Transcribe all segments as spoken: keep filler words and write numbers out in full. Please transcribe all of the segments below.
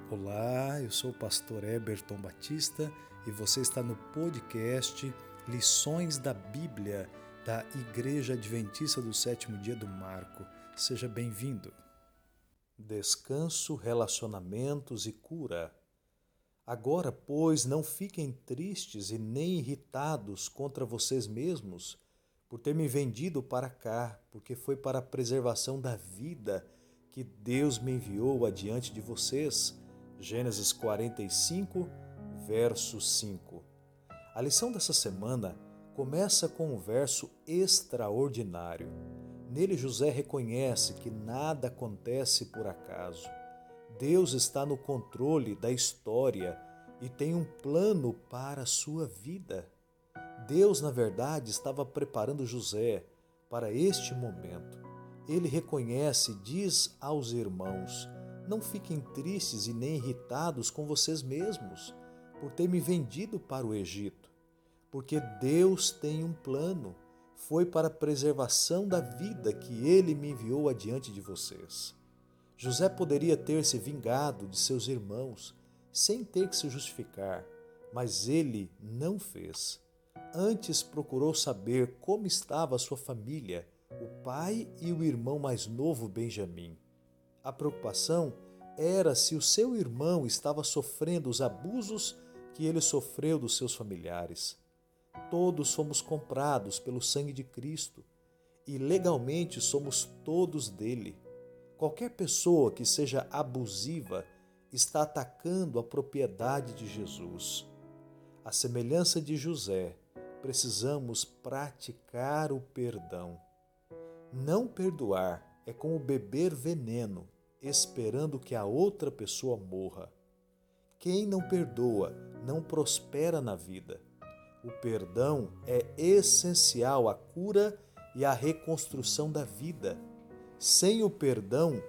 Olá, eu sou o pastor Eberton Batista e você está no podcast Lições da Bíblia da Igreja Adventista do Sétimo Dia do Marco. Seja bem-vindo. Descanso, relacionamentos e cura. Agora, pois, não fiquem tristes e nem irritados contra vocês mesmos por ter me vendido para cá, porque foi para a preservação da vida que Deus me enviou adiante de vocês. Gênesis quarenta e cinco, verso cinco. A lição dessa semana começa com um verso extraordinário. Nele José reconhece que nada acontece por acaso. Deus está no controle da história e tem um plano para a sua vida. Deus, na verdade, estava preparando José para este momento. Ele reconhece e diz aos irmãos: não fiquem tristes e nem irritados com vocês mesmos por ter me vendido para o Egito, porque Deus tem um plano. Foi para a preservação da vida que Ele me enviou adiante de vocês. José poderia ter se vingado de seus irmãos sem ter que se justificar, mas ele não fez. Antes procurou saber como estava a sua família, o pai e o irmão mais novo Benjamim. A preocupação era se o seu irmão estava sofrendo os abusos que ele sofreu dos seus familiares. Todos somos comprados pelo sangue de Cristo e legalmente somos todos dele. Qualquer pessoa que seja abusiva está atacando a propriedade de Jesus. À semelhança de José, precisamos praticar o perdão. Não perdoar é como beber veneno, esperando que a outra pessoa morra. Quem não perdoa não prospera na vida. O perdão é essencial à cura e à reconstrução da vida. Sem o perdão,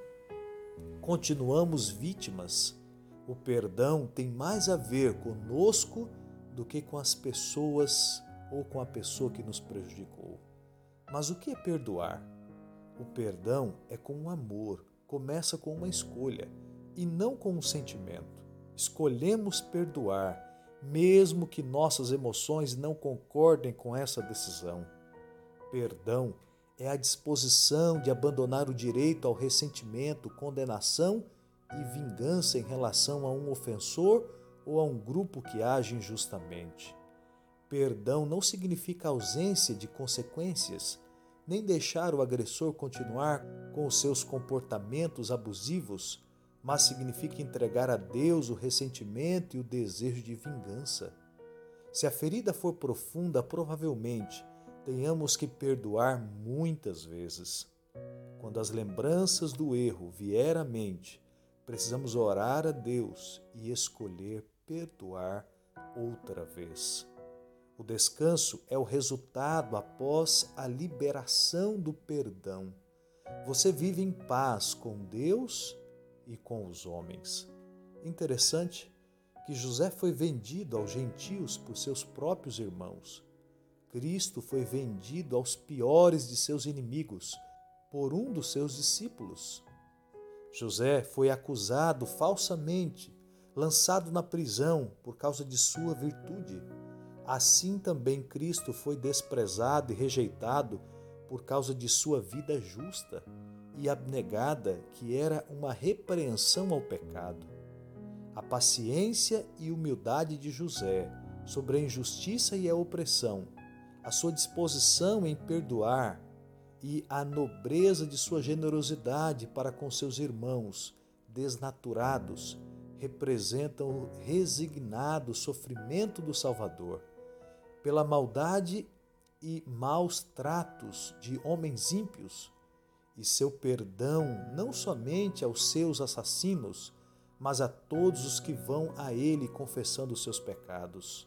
continuamos vítimas. O perdão tem mais a ver conosco do que com as pessoas ou com a pessoa que nos prejudicou. Mas o que é perdoar? O perdão é com o amor, começa com uma escolha e não com um sentimento. Escolhemos perdoar, mesmo que nossas emoções não concordem com essa decisão. Perdão é a disposição de abandonar o direito ao ressentimento, condenação e vingança em relação a um ofensor ou a um grupo que age injustamente. Perdão não significa ausência de consequências, nem deixar o agressor continuar com os seus comportamentos abusivos, mas significa entregar a Deus o ressentimento e o desejo de vingança. Se a ferida for profunda, provavelmente tenhamos que perdoar muitas vezes. Quando as lembranças do erro vier à mente, precisamos orar a Deus e escolher perdoar outra vez. O descanso é o resultado após a liberação do perdão. Você vive em paz com Deus e com os homens. Interessante que José foi vendido aos gentios por seus próprios irmãos. Cristo foi vendido aos piores de seus inimigos por um dos seus discípulos. José foi acusado falsamente, lançado na prisão por causa de sua virtude. Assim também Cristo foi desprezado e rejeitado por causa de sua vida justa e abnegada, que era uma repreensão ao pecado. A paciência e humildade de José sobre a injustiça e a opressão, a sua disposição em perdoar e a nobreza de sua generosidade para com seus irmãos desnaturados representam o resignado sofrimento do Salvador. Pela maldade e maus tratos de homens ímpios, e seu perdão não somente aos seus assassinos, mas a todos os que vão a ele confessando os seus pecados.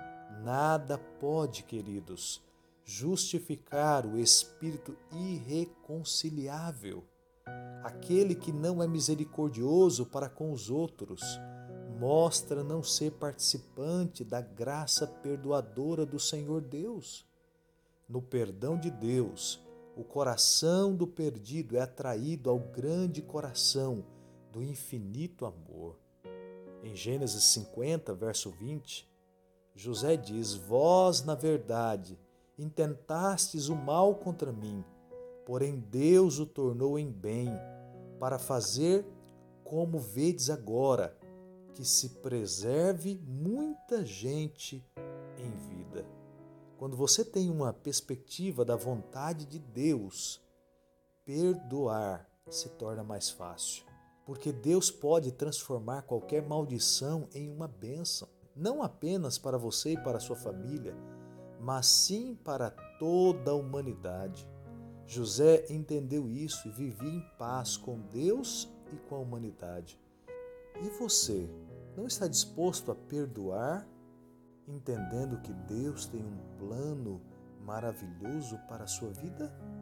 Nada pode, queridos, justificar o espírito irreconciliável, aquele que não é misericordioso para com os outros, mostra não ser participante da graça perdoadora do Senhor Deus. No perdão de Deus, o coração do perdido é atraído ao grande coração do infinito amor. Em Gênesis cinquenta, verso vinte, José diz: Vós, na verdade, intentastes o mal contra mim, porém Deus o tornou em bem, para fazer como vedes agora, que se preserve muita gente em vida. Quando você tem uma perspectiva da vontade de Deus, perdoar se torna mais fácil, porque Deus pode transformar qualquer maldição em uma bênção, não apenas para você e para a sua família, mas sim para toda a humanidade. José entendeu isso e vivia em paz com Deus e com a humanidade. E você, não está disposto a perdoar, entendendo que Deus tem um plano maravilhoso para a sua vida?